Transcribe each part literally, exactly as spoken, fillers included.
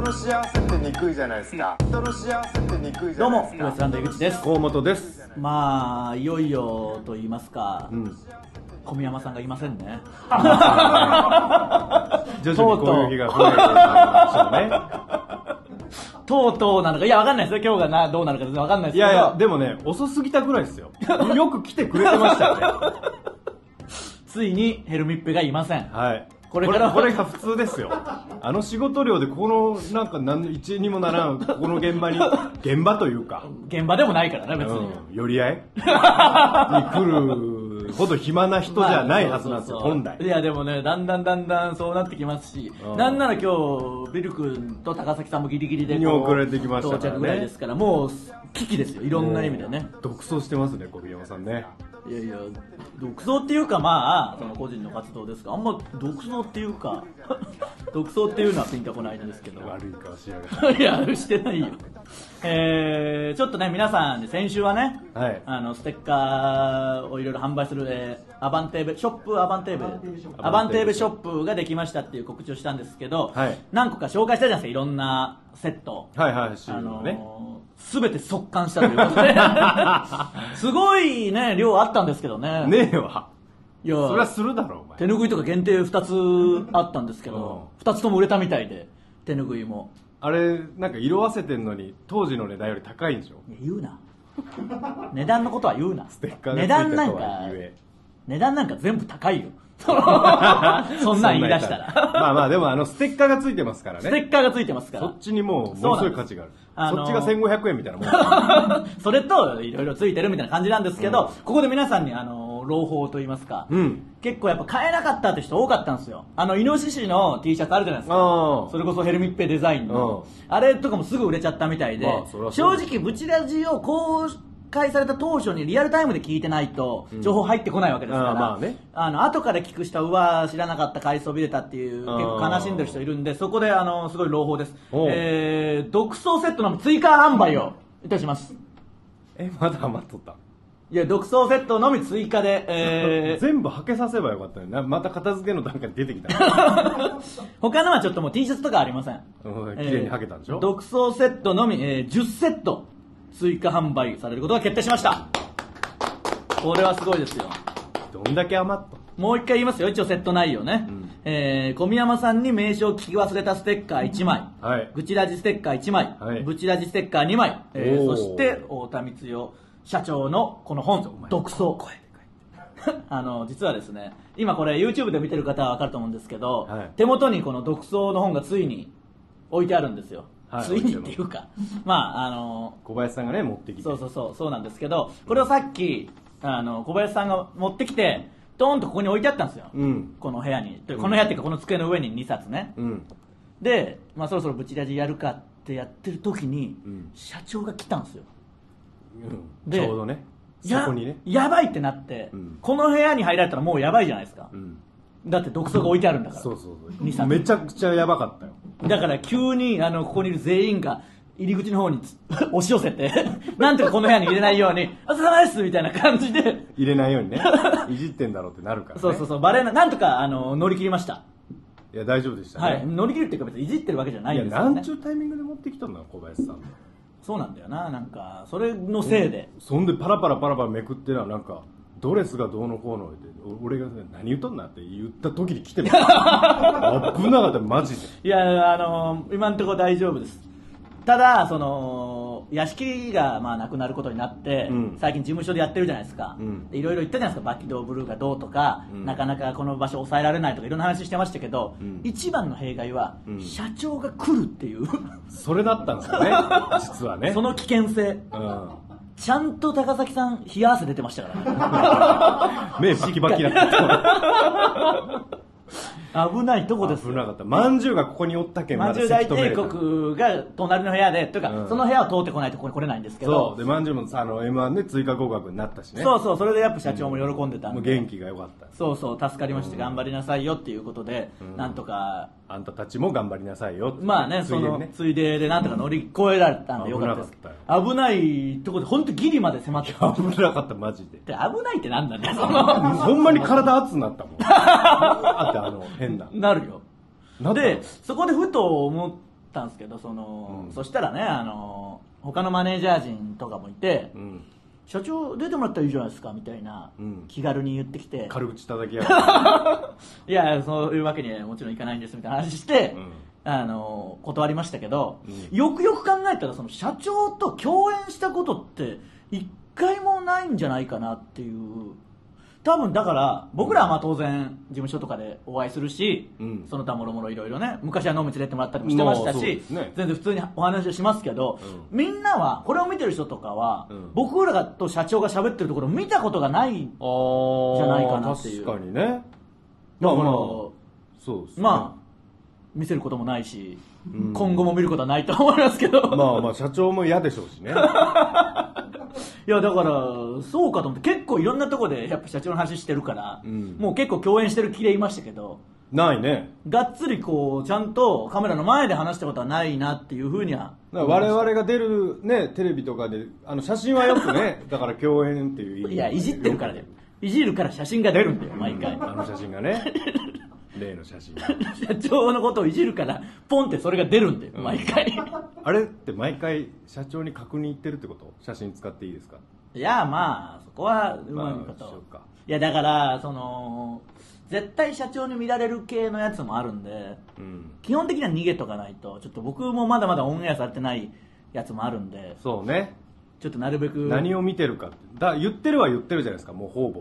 の幸せってにくいじゃないですか。人の幸せってにくいじどうもゃないですか。 ウエストランド井口です。 河本です。 まあいよいよと言いますか、 うん、 小宮山さんがいませんね。 徐々にこういう日が増えてるんでしょうね。 とうとうなのか、いやわかんないですよ。今日がなどうなるか全然わかんないですけど。 いやいやでもね、遅すぎたぐらいですよ。よく来てくれてましたよね。 ついにヘルミッペがいません。 はい。 これからこれが普通ですよ。あの仕事量でこのなんか何の一円にもならんここの現場に現場というか現場でもないからね別に、 うん、寄り合いに来るほど暇な人じゃないはずなんですよ、 まあ、そうそうそう本来。 いやでもねだんだんだんだんそうなってきますし、うん、なんなら今日ビル君と高崎さんもギリギリでに遅れてきましたからね。 到着ぐらいですからもう危機ですよ、いろんな意味でね。 独走してますね小宮山さんね。 いやいや独走っていうかまあその個人の活動ですか、あんま独走っていうか独走っていうのはピンとこないんですけど。 悪い顔しやがって。 いやしてないよ。えー、ちょっとね皆さん先週はね、 はい、 あのステッカーをいろいろ販売する、えー、アバンテーベショップアバンテーベアバンテーベショップができましたっていう告知をしたんですけど、 はい、 何個か紹介したじゃないですか、いろんなセット。 はいはい、 あのーね、 全て速乾したということですごいね量あったんですけどね。 ねえわ。 いやそれはするだろお前。 手ぬぐいとか限定ふたつあったんですけど、うん、ふたつとも売れたみたいで、手ぬぐいもあれなんか色あせてんのに当時の値段より高いんでしょ。 いや言うな値段のことは言うな。 ステッカーがついたとは言え。 値段なんか全部高いよ。そんなん言い出したらまあまあでもあのステッカーがついてますからね。 ステッカーがついてますからそっちにもうものすごい価値がある。 あのー、 そっちがせんごひゃくえんみたいなもんそれといろいろついてるみたいな感じなんですけど、うん、ここで皆さんにあの朗報と言いますか、うん、結構やっぱ買えなかったって人多かったんですよ。あのイノシシの T シャツあるじゃないですか。それこそヘルミッペデザインのあれとかもすぐ売れちゃったみたいで、まあ、正直ブチラジをこう開催された当初にリアルタイムで聞いてないと情報入ってこないわけですから、うん、あまあね、あの後から聞く人はうわ知らなかった、買いそびれたっていう結構悲しんでる人いるんで、そこであのすごい朗報です。えー、独走セットの追加販売をいたします。 えまだ余っとった。 いや独走セットのみ追加で、えー、 全部はけさせばよかったよね。また片付けの段階で出てきた他のはちょっともう T シャツとかありません。 綺麗にはけたんでしょ、 えー、独走セットのみ、えー、じゅっセット追加販売されることが決定しました。これはすごいですよ。 どんだけ余った。 もう一回言いますよ、一応セット内容ね、うん、えー、小宮山さんに名称を聞き忘れたステッカーいちまい、はい、ブチラジステッカーいちまい、はい、ブチラジステッカーにまい、えー、そして太田光代社長のこの本独走あの実はですね、今これ YouTube で見てる方は分かると思うんですけど、はい、手元にこの独走の本がついに置いてあるんですよ。はい、ついにっていうかまああの小林さんがね持ってきて、 そうそうそうそうなんですけど、これをさっきあの小林さんが持ってきてドーンとここに置いてあったんですよ、うん、この部屋に、この部屋っていうかこの机の上ににさつね、うん、で、まあ、そろそろブチラジやるかってやってる時に、うん、社長が来たんですよ、 うん、でちょうどねそこにねや, やばいってなって、うん、この部屋に入られたらもうやばいじゃないですか、うん、だって独走が置いてあるんだから、 そうそうそうにさつめちゃくちゃやばかったよ。 だから急にあのここにいる全員が入り口の方に押し寄せてなんとかこの部屋に入れないように「あざまです」みたいな感じで入れないようにねいじってんだろうってなるからね。 そうそうそう、バレななんとかあの乗り切りました。 いや大丈夫でしたね、 はい、乗り切るっていうか別にいじってるわけじゃないんですよね。 いやなんちゅうタイミングで持ってきたんだ小林さん。 そうなんだよな、なんかそれのせいで、 うん、そんでパラパラパラパラめくってのはなんかドレスがどうのこうのって俺が、ね、何言うとんなって言った時に来てる危なかったマジで。 いやあのー、今のところ大丈夫です。ただその屋敷がまあなくなることになって、うん、最近事務所でやってるじゃないですか、いろいろ言ったじゃないですか、バキドーブルーがどうとか、うん、なかなかこの場所抑えられないとかいろんな話してましたけど、うん、一番の弊害は、うん、社長が来るっていうそれだったんですよね実はね。 その危険性、うんちゃんと高崎さん冷や汗出てましたから目バキバキだった危ないとこですよ。 危なかった。まんじゅうがここにおったけんまんじゅう大帝国が隣の部屋でというか、うん、その部屋を通ってこないとここに来れないんですけど、 そうでまんじゅうもあの エムワン で追加合格になったしね。 そうそう、それでやっぱ社長も喜んでたんで、 うん、もう元気が良かった。 そうそう助かりまして、うん、頑張りなさいよっていうことで、うん、なんとかあんたたちも頑張りなさいよって。 まあね、そのついででなんとか乗り越えられたんでよかったです。危ないところで本当ギリまで迫ってた。 危なかったマジで。 で危ないってなんだね。そのほんまに体熱くなったもん。あってあの変な。 なるよ。でそこでふと思ったんですけど、その、 うん、 そしたらね、あの他のマネージャー陣とかもいて、うん、社長出てもらったらいいじゃないですかみたいな、うん、気軽に言ってきて、 軽口叩きやいやそういうわけにはもちろんいかないんですみたいな話して、うん、あの断りましたけど、うん、よくよく考えたらその社長と共演したことって一回もないんじゃないかなっていう。多分だから僕らはまあ当然事務所とかでお会いするし、うん、その他もろもろいろいろね、昔は飲み連れてもらったりもしてましたし、ね、全然普通にお話をしますけど、うん、みんなはこれを見てる人とかは、うん、僕らと社長が喋ってるところを見たことがないんじゃないかなっていう。 確かにね。 だから、まあまあ、そうですね、まあ見せることもないし、うん、今後も見ることはないと思いますけど、 まあまあ社長も嫌でしょうしね。 いやだからそうかと思って、結構いろんなところでやっぱ社長の話してるから、うん、もう結構共演してる気でいましたけど、 ないね。 がっつりこうちゃんとカメラの前で話したことはないなっていうふうには。 我々が出るねテレビとかであの写真はよくねだから共演っていう意味。 いやいじってるからね。いじるから写真が出るんだよ毎回。 あの写真がね。例の写真社長のことをいじるからポンってそれが出るんだよ、うん、毎回。 あれって毎回社長に確認行ってるってこと？写真使っていいですか？ いやまあそこはうまいこと、まあ、いやだからその絶対社長に見られる系のやつもあるんで、うん、基本的には逃げとかないと、ちょっと僕もまだまだオンエアされてないやつもあるんで、 そうね、 ちょっとなるべく何を見てるかだ言ってるは言ってるじゃないですか、もう方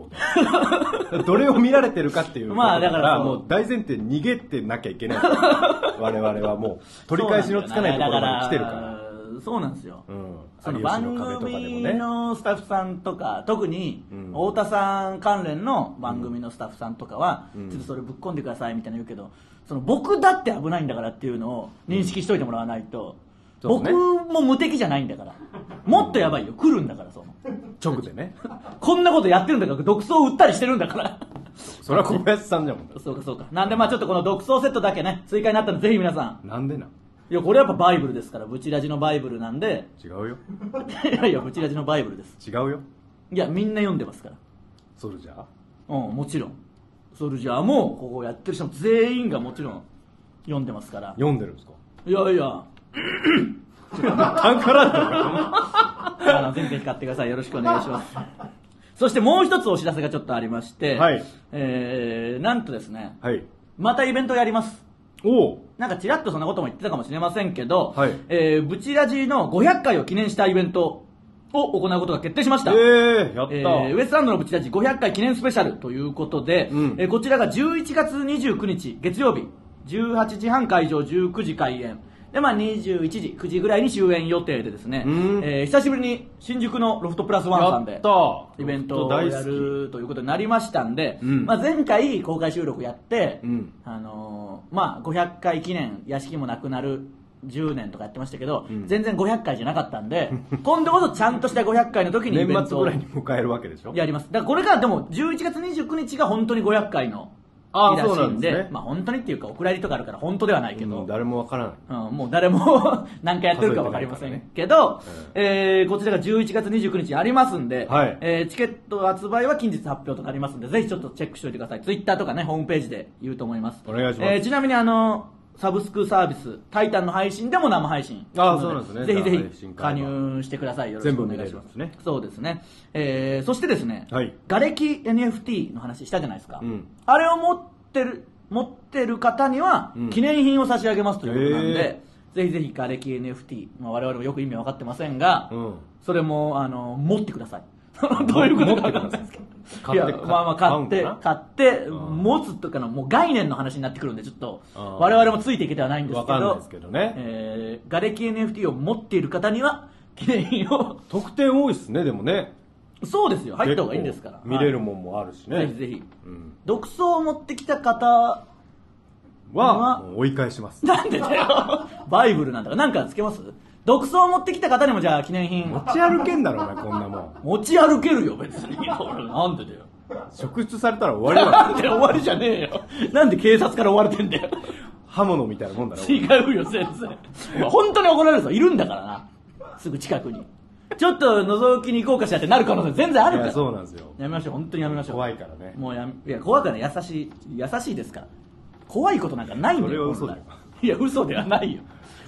々でどれを見られてるかっていうまあだからもう大前提逃げてなきゃいけない我々はもう取り返しのつかないところまで来てるから。 そうなんですよ、うん、その番組のスタッフさんとか特に太田さん関連の番組のスタッフさんとかは、うん、ちょっとそれぶっ込んでくださいみたいな言うけど、その僕だって危ないんだからっていうのを認識しといてもらわないと、うん、僕も無敵じゃないんだから、もっとやばいよ、来るんだから、その直でねこんなことやってるんだから、独走を売ったりしてるんだからそれは小林さんじゃもん。 そうかそうか。なんでまあちょっとこの独走セットだけね追加になったので、ぜひ皆さん。 なんでな。 いやこれやっぱバイブルですから、ブチラジのバイブルなんで。 違うよいやいやブチラジのバイブルです。 違うよ。 いやみんな読んでますから。 ソルジャー、 うんもちろんソルジャーもここやってる人も全員がもちろん読んでますから。 読んでるんですか？ いやいや単からんあのぜひぜひ買ってください、よろしくお願いしますそしてもう一つお知らせがちょっとありまして、はい、えー、なんとですね、はい、またイベントやります。おなんかちらっとそんなことも言ってたかもしれませんけど、はい、えー、ブチラジのごひゃっかいを記念したイベントを行うことが決定しました。えー、やった、 えー、ウエストランドのブチラジごひゃっかい記念スペシャルということで、うん、えー、こちらがじゅういちがつにじゅうくにち月曜日じゅうはちじはん会場、じゅうくじ開演で、まあ、にじゅういちじくじぐらいに終演予定でですね、えー、久しぶりに新宿のロフトプラスワンさんでイベントをやるということになりましたんで、うん、まあ、前回公開収録やって、うん、あのーまあ、ごひゃっかい記念屋敷もなくなるじゅうねんとかやってましたけど、うん、全然ごひゃっかいじゃなかったんで今度こそちゃんとしたごひゃっかいの時にイベントを年末ぐらいに迎えるわけでしょ。 やります。だからこれがでもじゅういちがつにじゅうくにちが本当にごひゃっかいのああそうなんですね。 まあ本当にっていうかお蔵入りとかあるから本当ではないけど、 うん、誰もわからない、 うん、もう誰も何回やってるかわかりませんけど、ね、うん、えー、こちらがじゅういちがつにじゅうくにちにありますんで、はい、えー、チケット発売は近日発表となりますんで、ぜひちょっとチェックしておいてください。ツイッターとかねホームページで言うと思います。 お願いします。 えー、ちなみにあのサブスクサービスタイタンの配信でも生配信、 ああそうなんですね。 ぜひぜひ加入してください。よろしくお願いします。 全部見れるんですね。 そうですね、えー、そしてですね、はい、ガレキ エヌエフティー の話したじゃないですか、うん、あれを持ってる持ってる方には記念品を差し上げますということなんで、うん、ぜひぜひガレキ エヌエフティー、まあ、我々もよく意味分かってませんが、うん、それもあの持ってくださいどういうことか分かんないですけど、いやまあまあ買って買って持つとかのもう概念の話になってくるんで、ちょっと我々もついていけてはないんですけど、 分かんないですけどね、 えー、ガレキ エヌエフティー を持っている方には記念品を特典多いですね。でもね、 そうですよ、入った方がいいんですから、 見れるもんもあるしね、 ぜひぜひ、うん、独走を持ってきた方は追い返します。 なんでだよバイブルなんだからなんかつけます。独走を持ってきた方にもじゃあ記念品持ち歩けんだろうなこんなもん。 持ち歩けるよ別になんでだよ。 職質されたら終わりだ。 なんで終わりじゃねえよ。なんで警察から追われてんだよ。 刃物みたいなもんだろ。 違うよ先生。本当に怒られるぞ。いるんだからなすぐ近くに。ちょっと覗きに行こうかしらってなる可能性全然あるから。 いやそうなんですよ。 やめましょう、本当にやめましょう。 怖いからね。 もうやいや怖いから優しい優しいですから。怖いことなんかないんだよ。 それは嘘だよ。 いや嘘ではないよ。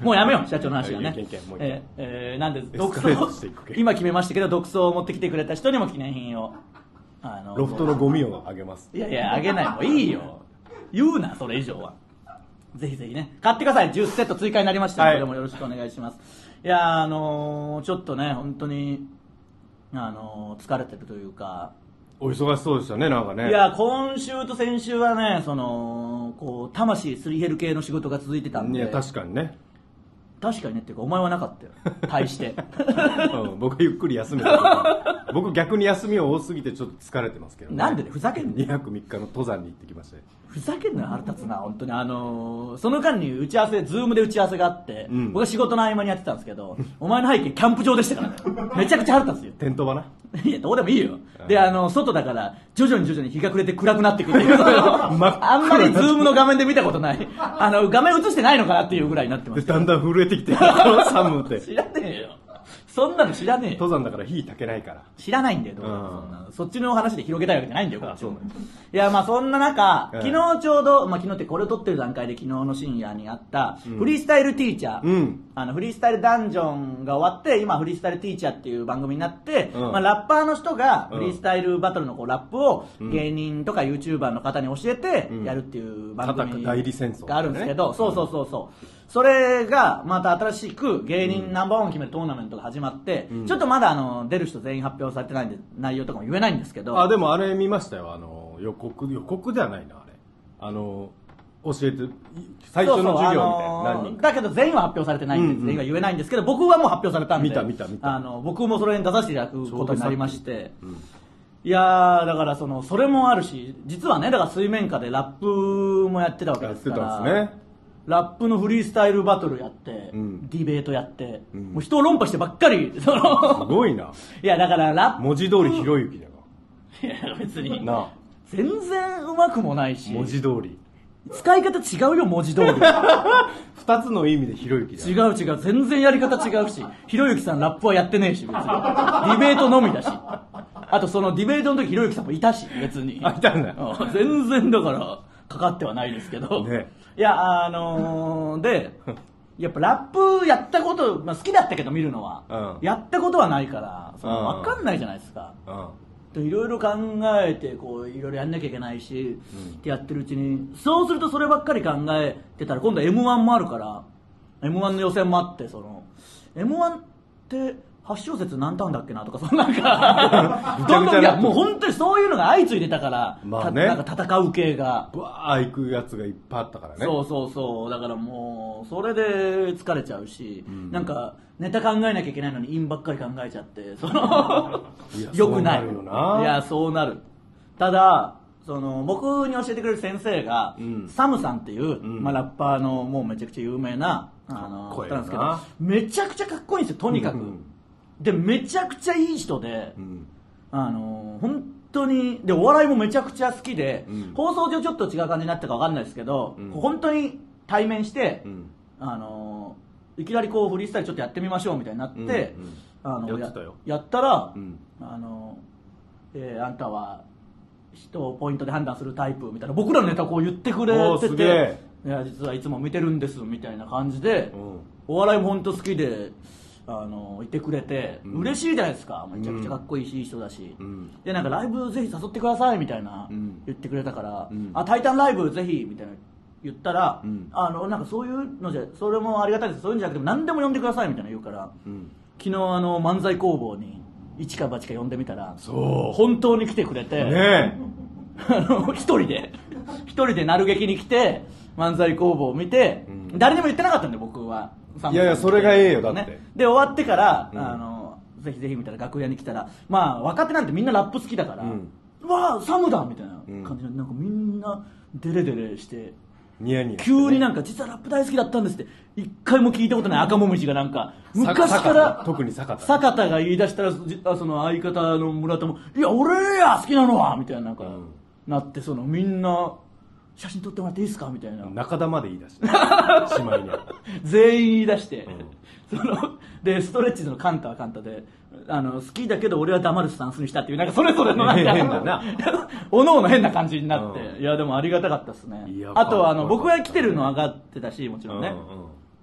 もうやめよう社長の話がねいやいやもう一回えーえーなんで独エスカレート走していくけ今決めましたけど独走を持ってきてくれた人にも記念品をあのロフトのゴミをあげます。 いやいやあげないもういいよ言うなそれ以上はぜひぜひね買ってくださいじゅっセット追加になりましたので、 はい、 これもよろしくお願いします。いやあのー、ちょっとね本当にあのー、疲れてるというかお忙しそうでしたねなんかね。 いや今週と先週はねそのこう魂すり減る系の仕事が続いてたんで。 いや確かにね確かにねっていうかお前はなかったよ対して、 うん、僕ゆっくり休めた僕逆に休み多すぎてちょっと疲れてますけど、ね、 なんでねふざけんのにはくみっかの登山に行ってきましたよ。 ふざけんなよ腹立つな本当にあのー、その間に打ち合わせズームで打ち合わせがあって、うん、僕は仕事の合間にやってたんですけどお前の背景キャンプ場でしたからねめちゃくちゃ腹立つよテント場な。 いやどうでもいいよ。であの外だから徐々に徐々に日が暮れて暗くなってくるっていうあんまりズームの画面で見たことないあの画面映してないのかなっていうぐらいになってます。 だんだん震えてきて寒って知らねえよそんなの知らねえよ。 登山だから火焚けないから知らないんだよ、どうもそんなそっちの話で広げたいわけじゃないんだよ、こっちも。いや、まあそんな中、昨日ちょうど、まあ昨日ってこれを撮ってる段階で昨日の深夜にあった、フリースタイルティーチャー、うん、あのフリースタイルダンジョンが終わって、今フリースタイルティーチャーっていう番組になって、うん、まあラッパーの人がフリースタイルバトルのこうラップを芸人とか YouTuber の方に教えてやるっていう番組があるんですけど、そうそうそうそう。それがまた新しく芸人ナンバーワンを決めるトーナメントが始まって、うん、ちょっとまだあの出る人全員発表されてないんで内容とかも言えないんですけど。 あでもあれ見ましたよ、あの予告予告ではないなあれあの教えて最初の授業みたいな。そうそう、あのー、何人かだけど全員は発表されてないんで、うんうん、全員は言えないんですけど僕はもう発表されたんで見た見た見たあの僕もそれに出させていただくことになりまして、うん、いやーだからそのそれもあるし実はねだから水面下でラップもやってたわけですから。 やってたんですね。 ラップのフリースタイルバトルやって、うん、ディベートやって、うん、もう人を論破してばっかりそのすごいな。 いやだからラップ文字通りひろゆきだな。いや別にな全然うまくもないし文字通り使い方違うよ文字通り二つの意味でひろゆきだ。 違う違う全然やり方違うしひろゆきさんラップはやってねえし別にディベートのみだしあとそのディベートの時ひろゆきさんもいたし別にあいたんだよ全然だからかかってはないですけど、ね、いやあのー、でやっぱラップやったこと、まあ、好きだったけど見るのは、うん、やったことはないからその分かんないじゃないですか、うん、いろいろ考えてこういろいろやんなきゃいけないし、うん、ってやってるうちにそうするとそればっかり考えてたら今度 エムワン もあるから エムワン の予選もあってその エムワン ってはち小節何ターンだっけなとかそんなんかどんどんいやもう本当にそういうのが相次いでたから、まあね、なんか戦う系がわー行くやつがいっぱいあったからね。 そうそうそうだからもうそれで疲れちゃうし、うん、なんかネタ考えなきゃいけないのに韻ばっかり考えちゃってそのよくない。 そうなるよな。 いやそうなる。ただその僕に教えてくれる先生が、うん、サムさんっていう、うんまあ、ラッパーのもうめちゃくちゃ有名なあの方なんですけどめちゃくちゃかっこいいんですよとにかく、うんうんでめちゃくちゃいい人で、うん、あのー、本当にでお笑いもめちゃくちゃ好きで、うん、放送上ちょっと違う感じになったか分かんないですけど、うん、本当に対面して、うん、あのー、いきなりこうフリースタイルちょっとやってみましょうみたいになって、うんうん、あのや, や, やったら、うん、あのーえー、あんたは人をポイントで判断するタイプみたいな僕らのネタこう言ってくれてていや実はいつも見てるんですみたいな感じで、うん、お笑いも本当好きであのいてくれて、うん、嬉しいじゃないですかめちゃくちゃかっこいいし、いい人だし、うん、でなんかライブぜひ誘ってくださいみたいな、うん、言ってくれたから、うん、あタイタンライブぜひみたいな言ったら、うん、あのなんかそういうのじゃそれもありがたいですそういうんじゃなくて何でも呼んでくださいみたいな言うから、うん、昨日あの漫才工房に一か八か呼んでみたらそう本当に来てくれて、ね、一人で一人でなる劇に来て漫才工房を見て、うん、誰にも言ってなかったんで僕はいやいやそれがええよだって、ね、 で終わってから、うん、あのぜひぜひみたいな楽屋に来たらまあ若手なんてみんなラップ好きだから、うん、うわーサムだみたいな感じで、うん、なんかみんなデレデレしてニヤニヤして、 ね、急になんか実はラップ大好きだったんですって一回も聞いたことない赤もみじがなんか昔から特に坂田坂田が言い出したらその相方の村田もいや俺や好きなのはみたいななんか、うん、なってそのみんな写真撮ってもらっていいですかみたいな中田まで言い出してしまいに全員言い出して、うん、そのでストレッチーズのカンタはカンタであの好きだけど俺は黙るスタンスにしたっていうなんかそれぞれのなんか変だなおのおの変な感じになって、うん、いやでもありがたかったですねあとはあの僕が来てるの上がってたしもちろんね、うんうん、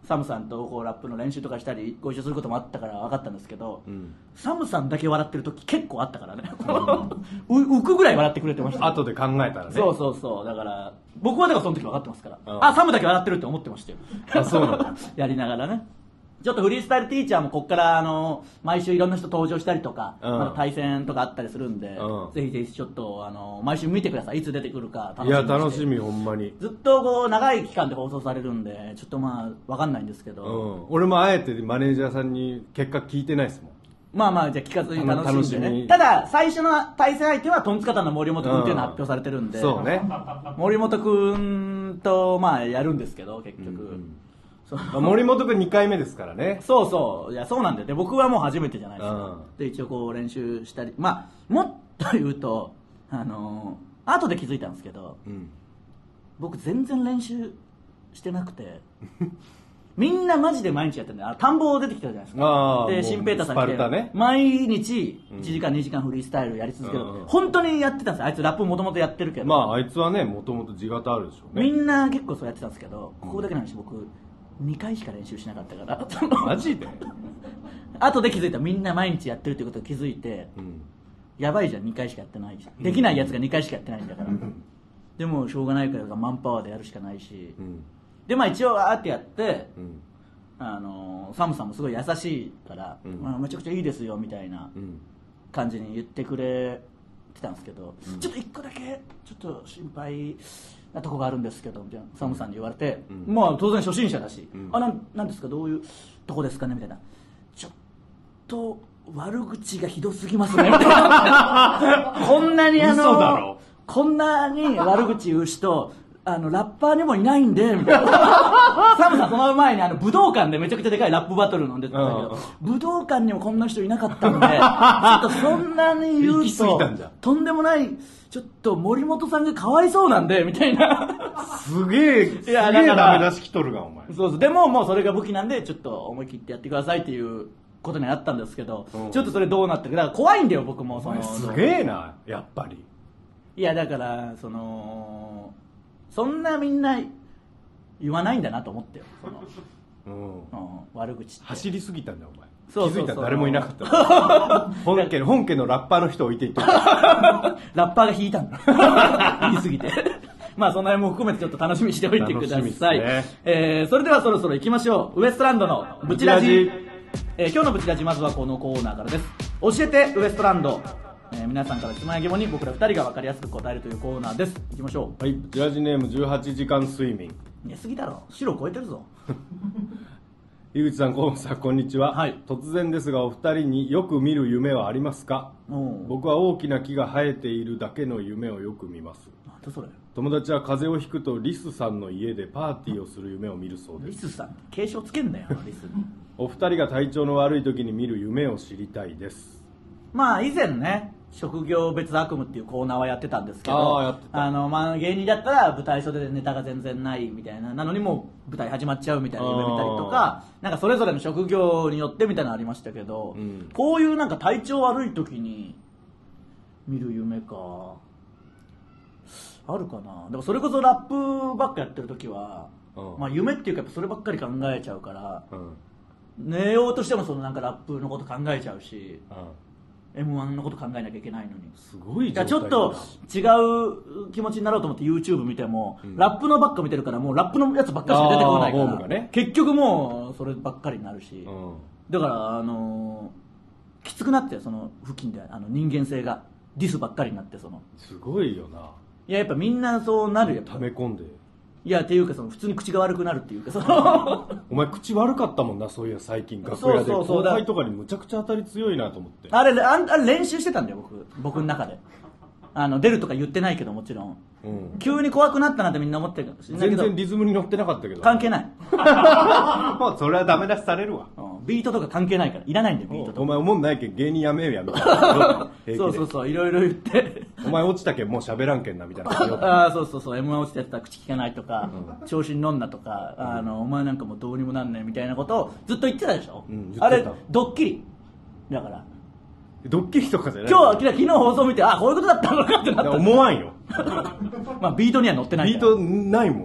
サムさんとこうラップの練習とかしたりご一緒することもあったから分かったんですけど、 うん、 サムさんだけ笑ってる時結構あったからね、うん、浮くぐらい笑ってくれてました、 後で考えたらね。 そうそうそう、だから僕はだからその時分かってますから、うん、あサムだけ笑ってるって思ってましたよ。 あそうなんだやりながらね。ちょっとフリースタイルティーチャーもここからあの毎週いろんな人登場したりとか、うん、また対戦とかあったりするんで、うん、ぜひぜひちょっとあの毎週見てください。いつ出てくるか楽しみにして。 いや楽しみ、ほんまにずっとこう長い期間で放送されるんでちょっとまあ分かんないんですけど、 うん、俺もあえてマネージャーさんに結果聞いてないですもん。 まあまあじゃあ聞かずに楽しんでね。ただ最初の対戦相手はトンツカタンの森本君っていうのが発表されてるんで、うん、 そうね森本君とまあやるんですけど結局、うんうん、 森本君にかいめですからね。 そうそういやそうなんだよ。で僕はもう初めてじゃないですか、うん、で一応こう練習したり、まあもっと言うとあのー、後で気づいたんですけど、うん、僕全然練習してなくてみんなマジで毎日やってるんだよ。田んぼ出てきたじゃないですか。で新平太さん来て、ね、毎日いちじかんにじかんフリースタイルやり続ける、うん、本当にやってたんですよ。あいつラップもともとやってるけど、 まああいつはねもともと地形あるでしょうね。 みんな結構そうやってたんですけど、ここだけの話僕にかいしか練習しなかったからマジで後で気づいた。みんな毎日やってるってことを気づいて、うん、やばいじゃんにかいしかやってないし、できないやつがにかいしかやってないんだから、うん、でもしょうがないからマンパワーでやるしかないし、うん、でまあ一応あーってやって、うん、あのー、サムさんもすごい優しいから、うんまあ、めちゃくちゃいいですよみたいな感じに言ってくれてたんですけど、うん、ちょっといっこだけちょっと心配なとこがあるんですけどみたいなサムさんに言われて、うん、まあ当然初心者だし、うん、あななんですかどういうとこですかねみたいな、ちょっと悪口がひどすぎますねみたいなこんなにあの嘘だろこんなに悪口言う人あのラッパーにもいないんでみたいなサムさんその前にあの武道館でめちゃくちゃでかいラップバトル飲んでたんだけど、うん、武道館にもこんな人いなかったんでちょっとそんなに言うととんでもないちょっと森本さんがかわいそうなんでみたいなすげえすげえダメ出しきとるがお前。 そうそうでももうそれが武器なんでちょっと思い切ってやってくださいっていうことになったんですけど、うん、ちょっとそれどうなってるかだから怖いんだよ僕もそのすげえなやっぱり。 いやだからそのそんなみんな言わないんだなと思ってよその、うんうん、悪口って走りすぎたんだよお前。 そうそうそう気づいたら誰もいなかった本家の本家のラッパーの人置いていったラッパーが引いたんだ言いすぎてまあその辺も含めてちょっと楽しみにしておいてください、ねえー、それではそろそろ行きましょう。ウエストランドのブチラジ、えー、今日のブチラジまずはこのコーナーからです。教えてウエストランド、えー、皆さんから質問や疑問に僕らふたりが分かりやすく答えるというコーナーです。行きましょう。 はい、ブチラジネームじゅうはちじかん睡眠。 寝すぎだろ白超えてるぞ井口さん、河本さん、こんにちは、はい、突然ですがお二人によく見る夢はありますか？僕は大きな木が生えているだけの夢をよく見ます。 なんだそれ。 友達は風邪をひくとリスさんの家でパーティーをする夢を見るそうです。 リスさん継承つけんなよリスにお二人が体調の悪い時に見る夢を知りたいです。 まあ以前ね職業別悪夢っていうコーナーはやってたんですけど、 ああの、まあ、芸人だったら舞台袖でネタが全然ないみたいななのにもう舞台始まっちゃうみたいな夢見たりとかなんかそれぞれの職業によってみたいなのありましたけど、うん、こういうなんか体調悪い時に見る夢かあるかな。でもそれこそラップばっかやってる時は、うん、まあ夢っていうかやっぱそればっかり考えちゃうから、うん、寝ようとしてもそのなんかラップのこと考えちゃうし、うんエムワン のこと考えなきゃいけないのにすごい状態だ。 ちょっと違う気持ちになろうと思って YouTube 見ても、うん、ラップのばっか見てるからもうラップのやつばっかりしか出てこないから、ね、結局もうそればっかりになるし、うん、だからあのー、きつくなってその付近であの人間性がディスばっかりになってそのすごいよな。 いややっぱみんなそうなるよ。 溜め込んでいやっていうかその普通に口が悪くなるっていうかそのお前口悪かったもんなそういや最近楽屋で後輩とかにむちゃくちゃ当たり強いなと思って。 あれああれ練習してたんだよ僕僕の中であの出るとか言ってないけどもちろん、うん、急に怖くなったなってみんな思ってるかもしれないけど全然リズムに乗ってなかったけど関係ないもうそれはダメ出しされるわ、 うん、ビートとか関係ないからいらないんだよビートとか。 お前思んないけん芸人やめようやみたいなそうそうそういろいろ言ってお前落ちたけんもう喋らんけんなみたいなああそうそうそう エムワン 落ちてやったら口聞かないとか、うん、調子に乗んなとか、うん、あのお前なんかもうどうにもなんねんみたいなことをずっと言ってたでしょ、うん、あれドッキリだからドッキリとかじゃない今日昨日放送見てあこういうことだったのかってなった。 思わんよまあビートには乗ってないビートないもんだって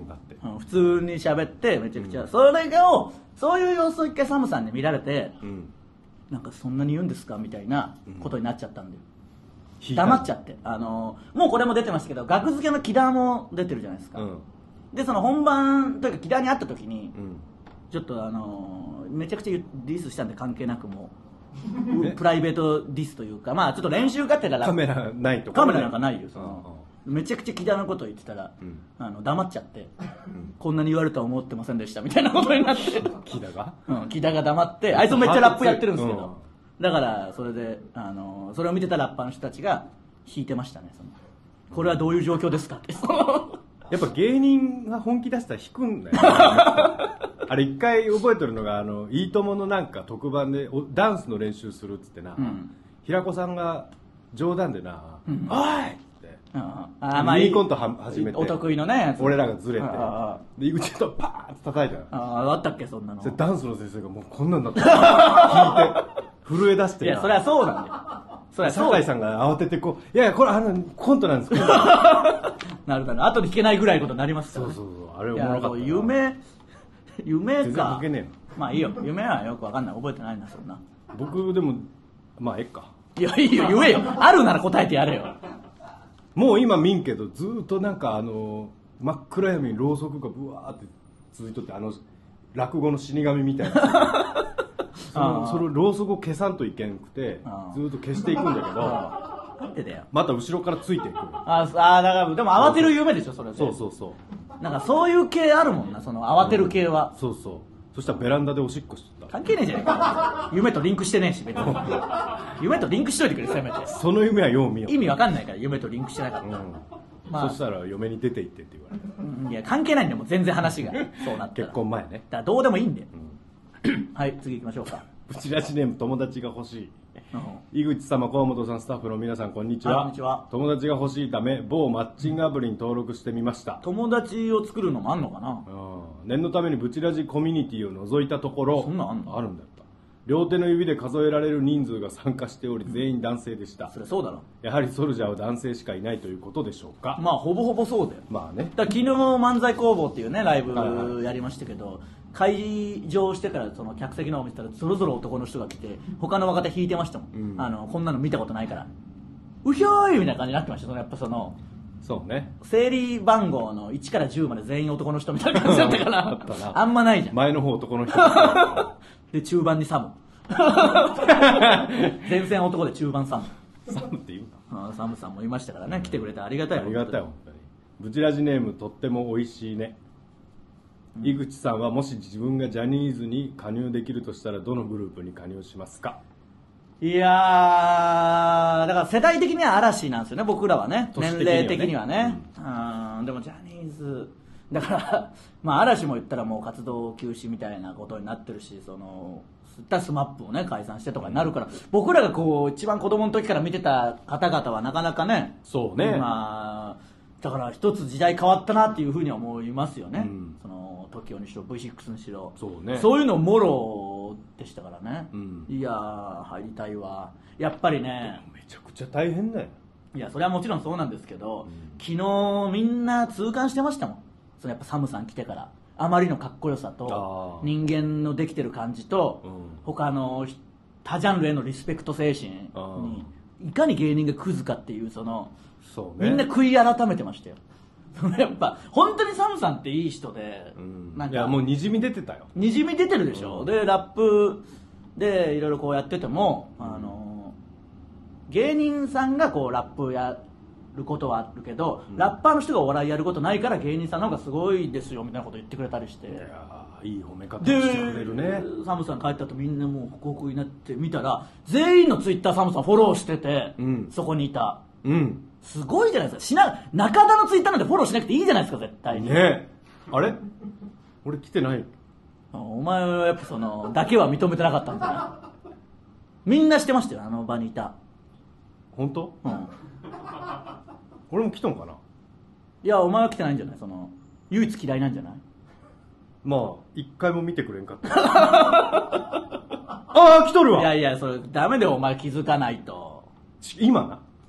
うん、普通に喋ってめちゃくちゃ、うん、それをそういう様子を一回サムさんに見られて、うん、なんかそんなに言うんですかみたいなことになっちゃったんで、うん、黙っちゃって、あのもうこれも出てましたけど、学付けの木田も出てるじゃないですか、うん、でその本番というか木田に会った時に、うん、ちょっとあのめちゃくちゃディスしたんで関係なくもうプライベートディスというか、まあちょっと練習がてらカメラないとか、 カメラなんかないよ、その、うん、めちゃくちゃ木田のことを言ってたら、うん、あの黙っちゃって、うん、こんなに言われるとは思ってませんでしたみたいなことになって木田が、 うん、木田が黙って、あいつめっちゃラップやってるんですけど、うん、だからそれであのそれを見てたラッパーの人たちが弾いてましたね、そのこれはどういう状況ですかってやっぱ芸人が本気出したら弾くんだよ、ね、あれ一回覚えてるのが、あのいいとものなんか特番でダンスの練習するっつってな、うん、平子さんが冗談でな「うん、おい!」ってああ、まあ、ミニコントは始めて、 お得意のね、 俺らがずれて、でうちとパーンって叩いたの。 ああ、あったっけそんなの。 それダンスの先生がもうこんなんだった聞いて震え出して、 いやそれはそうなんだよ、それは酒井さんが慌ててこう「いやいやこれあのコントなんですけど」 なるほど、後で弾けないぐらいのことになりますからね。 そうそうそう、あれおもろかったな。 夢夢か。 全然ボケねえの。 まあいいよ、夢はよくわかんない、覚えてないなそんな。 僕でもまあえっか。 いやいいよ、言えよ、あるなら答えてやれよ。 もう今見んけど、ずーっとなんかあの真っ暗闇にろうそくがブワーって続いとって、あの落語の死神みたいなそのそのろうそくを消さんといけんくて、ずーっと消していくんだけど、 なんでだよ、 また後ろからついていく。 ああ、だからでも慌てる夢でしょそれで。 そうそうそう、 なんかそういう系あるもんな、その慌てる系は、 うん、そうそう。そしたらベランダでおしっこしてた。 関係ねえじゃねえか夢とリンクしてねえし別に夢とリンクしといてくれせめて。 その夢はよう見よう。 意味わかんないから夢とリンクしてなかったら、うん、 まあ、そしたら嫁に出て行ってって言われた、うん、いや関係ないんだよもう全然話がそうなったら結婚前ね。 だからどうでもいいんだよ、うん、はい次行きましょうか。 ブチラジネーム友達が欲しい。井口様、河本さん、スタッフの皆さん、こんにちは。 こんにちは。 友達が欲しいため某マッチングアプリに登録してみました。 友達を作るのもあんのかな。 うん、念のためにブチラジコミュニティを覗いたところ、 そんなんあんの？ あるんだった。両手の指で数えられる人数が参加しており、全員男性でした。 そりゃそうだろ。 やはりソルジャーは男性しかいないということでしょうか。 まあほぼほぼそうだよ。 まあね。 だ昨日漫才工房っていうねライブやりましたけど、はいはい、会場してからその客席の方を見てたらぞろぞろ男の人が来て他の若手引いてましたもん、うん、あのこんなの見たことないからうひょーいみたいな感じになってました。そのやっぱそのそうね、 整理番号のいちからじゅうまで全員男の人みたいな感じだったからあ, あんまないじゃん。 前の方男の人で中盤にサム前線男で中盤サムサムって言うな。サムさんもいましたからね、来てくれてありがたい。 ありがたい本当に。ブチラジネームとっても美味しいね。井口さんはもし自分がジャニーズに加入できるとしたらどのグループに加入しますか。 いやーだから世代的には嵐なんですよね僕らはね、年齢的にはね、うん、でもジャニーズだからまあ嵐も言ったらもう活動休止みたいなことになってるし、そのスマップをね解散してとかになるから、僕らがこう一番子供の時から見てた方々はなかなかね、 そうね、 まあだから一つ時代変わったなっていうふうには思いますよね、うん、その トキオ にしろ ブイシックス にしろ、 そうね、 そういうのもろでしたからね、うん、いやー入りたいわ。やっぱりねめちゃくちゃ大変だよ。 いやそれはもちろんそうなんですけど、うん、昨日みんな痛感してましたもん。そのやっぱサムさん来てからあまりのかっこよさと人間のできてる感じと、うん、他の他ジャンルへのリスペクト精神にいかに芸人がクズかっていう、そのそうね、 みんな悔い改めてましたよやっぱ本当にサムさんっていい人で、うん、なんかいやもうにじみ出てたよ。 にじみ出てるでしょ、うん、でラップでいろいろこうやってても、うん、あの芸人さんがこうラップやることはあるけど、うん、ラッパーの人がお笑いやることないから芸人さんの方がすごいですよみたいなこと言ってくれたりして、いやいい褒め方してくれるね。 サムさん帰った後みんなもうホクホクになって見たら全員のツイッターサムさんフォローしてて、うん、そこにいた、うん、すごいじゃないですか。しな中田のツイッターなんてフォローしなくていいじゃないですか絶対にね。あれ俺来てない。 お前はやっぱそのだけは認めてなかったんだな。みんなしてましたよあの場にいた。 本当？ うん。 俺も来たんかな。 いやお前は来てないんじゃない。その唯一嫌いなんじゃない。 まあ一回も見てくれんかったああ来とるわ。 いやいやそれダメでお前気づかないと。 今な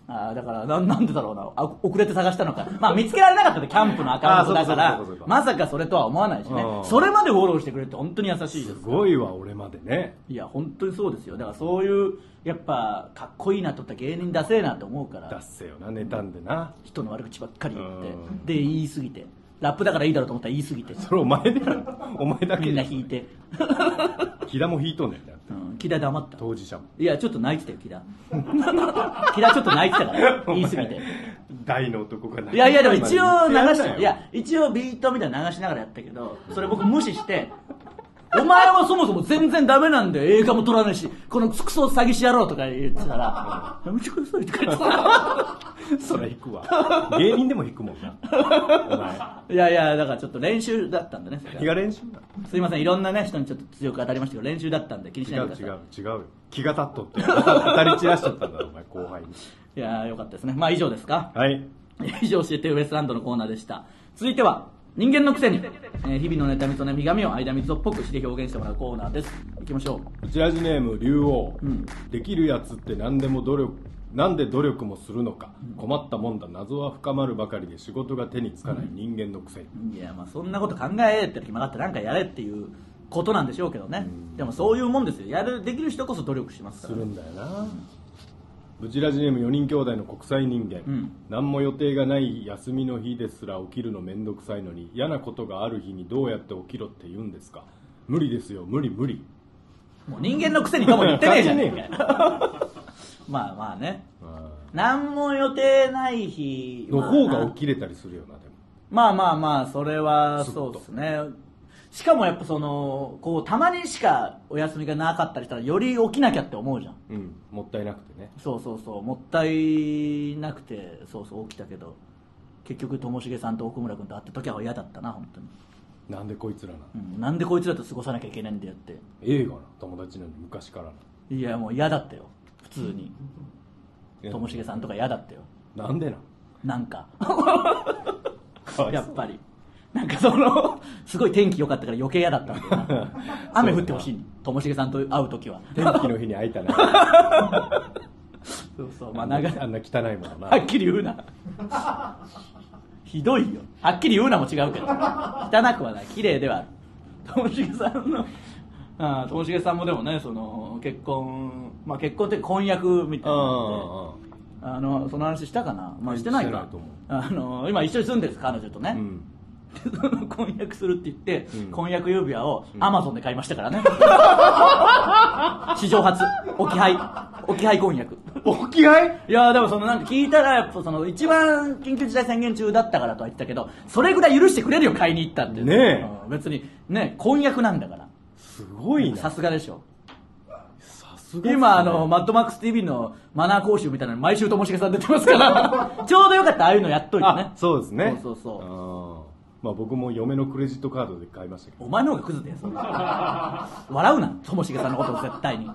あだからな、なんでだろうな、あ遅れて探したのか。まあ見つけられなかったで、キャンプのアカウントだから、まさかそれとは思わないしね。それまでフォローしてくれるって本当に優しいです。すごいわ、俺までね。 いや、本当にそうですよ。だからそういう、やっぱ、かっこいいなと思った芸人出せえなと思うから。 出せよな、妬んでな。 人の悪口ばっかり言って。で、言い過ぎて。ラップだからいいだろうと思ったら言い過ぎて。 それお前でやる。お前だけ。 みんな引いて。 木田も引いとんねんね。 うん、木田黙った。 当事者も。 いや、ちょっと泣いてたよ、木田。木田ちょっと泣いてたから、言い過ぎて。 大の男が泣いてた。 いやいや、でも一応流した。いや、一応ビートみたいなの流しながらやったけど、それ僕無視して、お前はそもそも全然ダメなんで映画も撮らないし、このクソ詐欺師野郎とか言ってたら、やめてくださいって言ってた。 それ引くわ。芸人でも引くもんな。お前。 いやいや、だからちょっと練習だったんでね。 気が練習だ。 すいません、いろんなね、人にちょっと強く当たりましたけど、練習だったんで気にしないでください。 違う違う違う。気が立っとって。当たり散らしちゃったんだろ、お前、後輩に。 いやー、よかったですね。まあ以上ですか。 はい。 以上教えてウエストランドのコーナーでした。続いては、人間のくせに、えー、日々の妬みと妬みを間みつをっぽくして表現してもらうコーナーです。いきましょう。うちラジネーム竜王、 うん、 できるやつって何でも努力なんで努力もするのか、うん、困ったもんだ。謎は深まるばかりで仕事が手につかない人間のくせに、 うん、いやまあそんなこと考えてる暇があってなんかやれっていうことなんでしょうけどね、うん、でもそういうもんですよ。やるできる人こそ努力しますから、 するんだよな、うんブチラジネームよにん兄弟の国際人間、うん、何も予定がない休みの日ですら起きるのめんどくさいのに嫌なことがある日にどうやって起きろって言うんですか。無理ですよ、無理無理。 もう人間のくせにとも言ってねえじゃねえかまあまあね、何も予定ない日の方が起きれたりするよな。でもまあまあまあそれはそうですね。しかもやっぱそのこうたまにしかお休みがなかったりしたらより起きなきゃって思うじゃん、 うん、もったいなくてね。 そうそうそう、もったいなくてそうそう起きたけど結局ともしげさんと奥村君と会った時は嫌だったな本当に。 なんでこいつらな、 うん、なんでこいつらと過ごさなきゃいけないんだよって。 映画な友達なのに昔からな。 いやもう嫌だったよ普通に。ともしげさんとか嫌だったよ。 なんでななんかやっぱりなんかそのすごい天気良かったから余計嫌だったんだよな雨降ってほしいともしげさんと会う時は天気の日に会いたなそうそう、まあ、長あんな汚いものな。 はっきり言うなひどいよ。はっきり言うなも違うけど汚くはない、綺麗ではある。ともしげさんのあともしげさんもでもねその結婚、まあ、結婚って婚約みたいなのであのその話したかな、まあ、してないか。あの今一緒に住んでるんです彼女とね、うん婚約するって言って、うん、婚約指輪をアマゾンで買いましたからね、うん、史上初置き配置き配婚約。 置き配。 いやでもそのなんか聞いたらやっぱその一番緊急事態宣言中だったからとは言ったけどそれぐらい許してくれるよ買いに行ったってねえ、 うん、別にね婚約なんだからすごいな。 さすがでしょ。 さすが、ね、 今あのマッドマックス ティーブイ のマナー講習みたいなの毎週ともしげさん出てますからちょうどよかったああいうのやっといてね。 そうですね。 そうそうそう。 まあ、僕も嫁のクレジットカードで買いましたけど。 お前の方がクズだよそれ笑うなともしげさんのことを絶対に。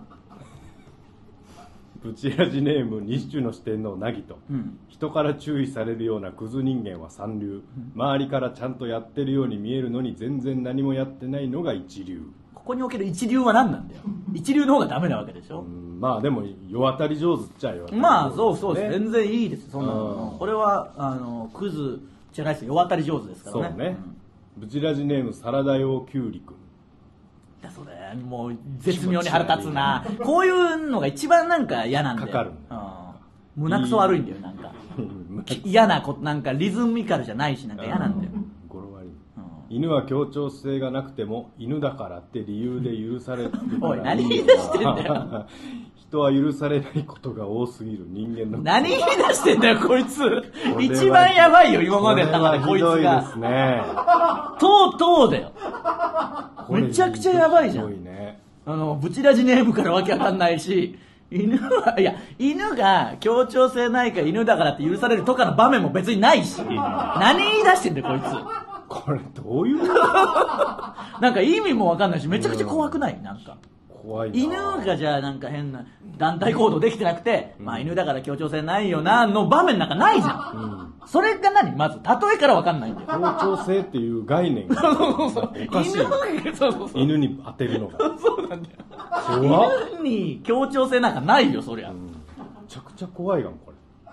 ブチラジネーム西中の四天王なぎと、うん、人から注意されるようなクズ人間は三流、うん、周りからちゃんとやってるように見えるのに全然何もやってないのが一流。 ここにおける一流は何なんだよ一流の方がダメなわけでしょ。 うんまあでも世渡り上手っちゃよ、ね、 まあそうそうです、全然いいですそんなの。これはあのクズじゃないですよ、世渡り上手ですからね。 そうね、うん、ブチラジネームサラダ用キュウリ君。 だそれもう絶妙に腹立つな。こういうのが一番なんか嫌なんだよ。 かかるんだ、うん、胸くそ悪いんだよなんか嫌なことなんかリズミカルじゃないしなんか嫌なんだよ。 語呂悪い、うん、犬は協調性がなくても犬だからって理由で許されるおい何言い出してんだよ人は許されないことが多すぎる人間の。 何言い出してんだよこいつ一番やばいよ今までの中でこいつが。 ひどいですね。 とうとうだよめちゃくちゃやばいじゃん、ね、あのブチラジネームからわけわかんないし犬はいや犬が協調性ないから犬だからって許されるとかの場面も別にないし何言い出してんだよこいつ。 これどういうなんか意味もわかんないしめちゃくちゃ怖くない？なんか怖いな。 犬がじゃあなんか変な団体行動できてなくて、うん、まあ犬だから協調性ないよなの場面なんかないじゃん、うん、それが何まず例えから分かんないんだよ。 協調性っていう概念がおかしい。 犬そうそうそう犬に当てるのがそうなんだよ。犬に協調性なんかないよそりゃ、うん、 めちゃくちゃ怖いがんこれ。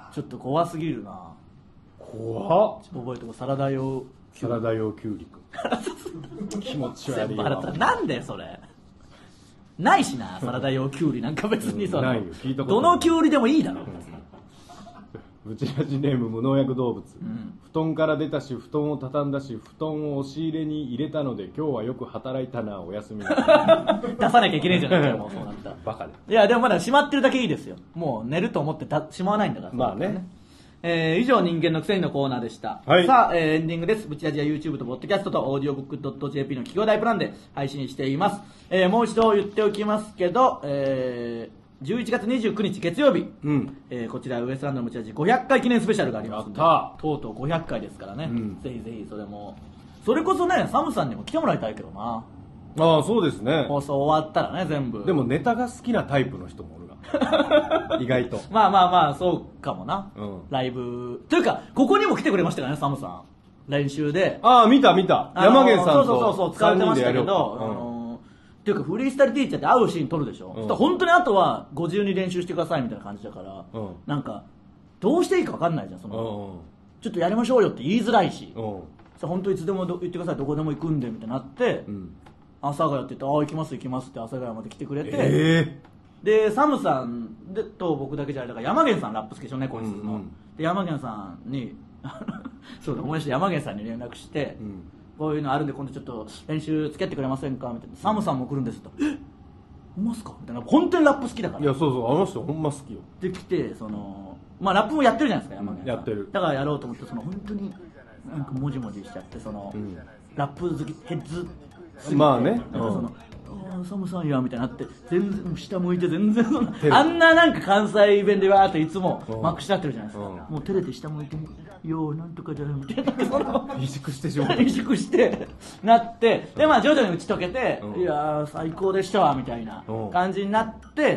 ちょっと怖すぎるな。 怖っ。 覚えてこう、サラダ用サラダ用キュウリくん気持ち悪いわ。 なんでそれないしな、サラダ用キュウリなんか別にその、 ないよ、聞いたことない。 どのキュウリでもいいだろ。 ブチラジネーム無農薬動物、うん、布団から出たし布団を畳んだし布団を押し入れに入れたので今日はよく働いたな、おやすみな出さなきゃいけないじゃないですか。もうそうなったらバカで。 いやでもまだしまってるだけいいですよ。もう寝ると思ってだしまわないんだから。 まあね。 えー、以上人間のくせにのコーナーでした、はい、さあ、えー、エンディングです。ブチラジは YouTube と Podcast と オーディオブックドットジェーピー の企業大プランで配信しています、えー、もう一度言っておきますけど、えーじゅういちがつにじゅうくにち月曜日、うんえー、こちらウエストランドのブチラジごひゃっかい記念スペシャルがありますので、とうとうごひゃっかいですからね、うん、ぜひぜひそれもそれこそね、サムさんにも来てもらいたいけどな。 ああそうですね。 放送終わったらね、全部。 でもネタが好きなタイプの人もおるが意外とまあまあまあそうかもな、うん、ライブというかここにも来てくれましたからね、サムさん練習で。 ああ見た見た、あのー、山源さんとそうそうそう使われてましたけど、うんあのーっていうかフリースタイルティーチャーって会うシーン撮るでしょ、うん、そしたら本当にあとはご自由に練習してくださいみたいな感じだから、うん、なんかどうしていいか分かんないじゃん、その、うん、ちょっとやりましょうよって言いづらいし、うん、さ本当いつでも言ってください、どこでも行くんでみたいになって、うん、阿佐ヶ谷って言って、ああ行きます行きますって阿佐ヶ谷まで来てくれて、えー、でサムさんでと僕だけじゃあれだから山源さんラップスケーションね、こいつの、うんうん、で山源さんにそうだ思い出して山源さんに連絡して、うんこういうのあるんで今度ちょっと練習付き合ってくれませんかみたいな。サムさんも来るんですと。えほんますかみたいな。本当にラップ好きだから。 いやそうそう、あの人ほんま好きよ。 で来てそのまあラップもやってるじゃないですか、山源さん、 やってる。 だからやろうと思ってその本当になんかもじもじしちゃってその、うん、ラップ好きヘッズまあね。 なんかその、うん、サムさんやみたいになって全然下向いて全然そんなあんななんか関西弁でわーっていつもまくし立ってるじゃないですか。もう照れて下向いてようなんとかじゃみたいな萎縮してしまう萎縮してなってでまあ徐々に打ち解けて、うん、いやー最高でしたわみたいな感じになって、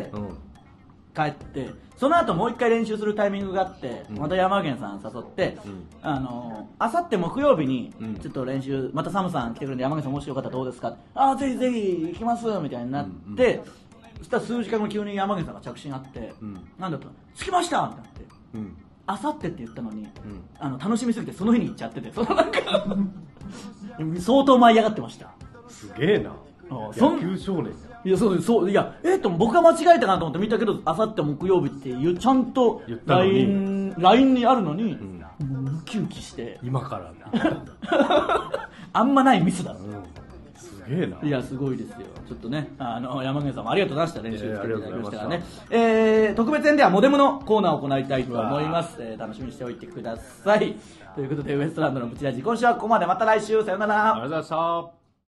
うん、帰ってその後もう一回練習するタイミングがあって、うん、また山源さん誘って、うん、あのあさって木曜日にちょっと練習、またサムさん来てくるんで山源さんもしよかったらどうですか、ああぜひぜひ行きますみたいになって、うんうん、そしたら数時間後急に山源さんが着信あって、うん、なんだと着きましたってなって、うんあさってって言ったのに、うん、あの楽しみすぎてその日に行っちゃってて、そのなんか相当舞い上がってました。 すげえな、野球少年。 いやそうそういやえっと僕が間違えたかなと思って見たけど、あさって木曜日っていうちゃんと ライン, ラインにあるのに、うん、もうウキウキして今からあんまないミスだろ、うんすげえな。 いやすごいですよ。ちょっとねあの山源さんもありがとうございました。練習していただきましたからね、えー、えー、特別編ではモデムのコーナーを行いたいと思います、えー、楽しみにしておいてください。ということでウエストランドのブチラジ今週はここまで。また来週さよなら。 ありがとうございました。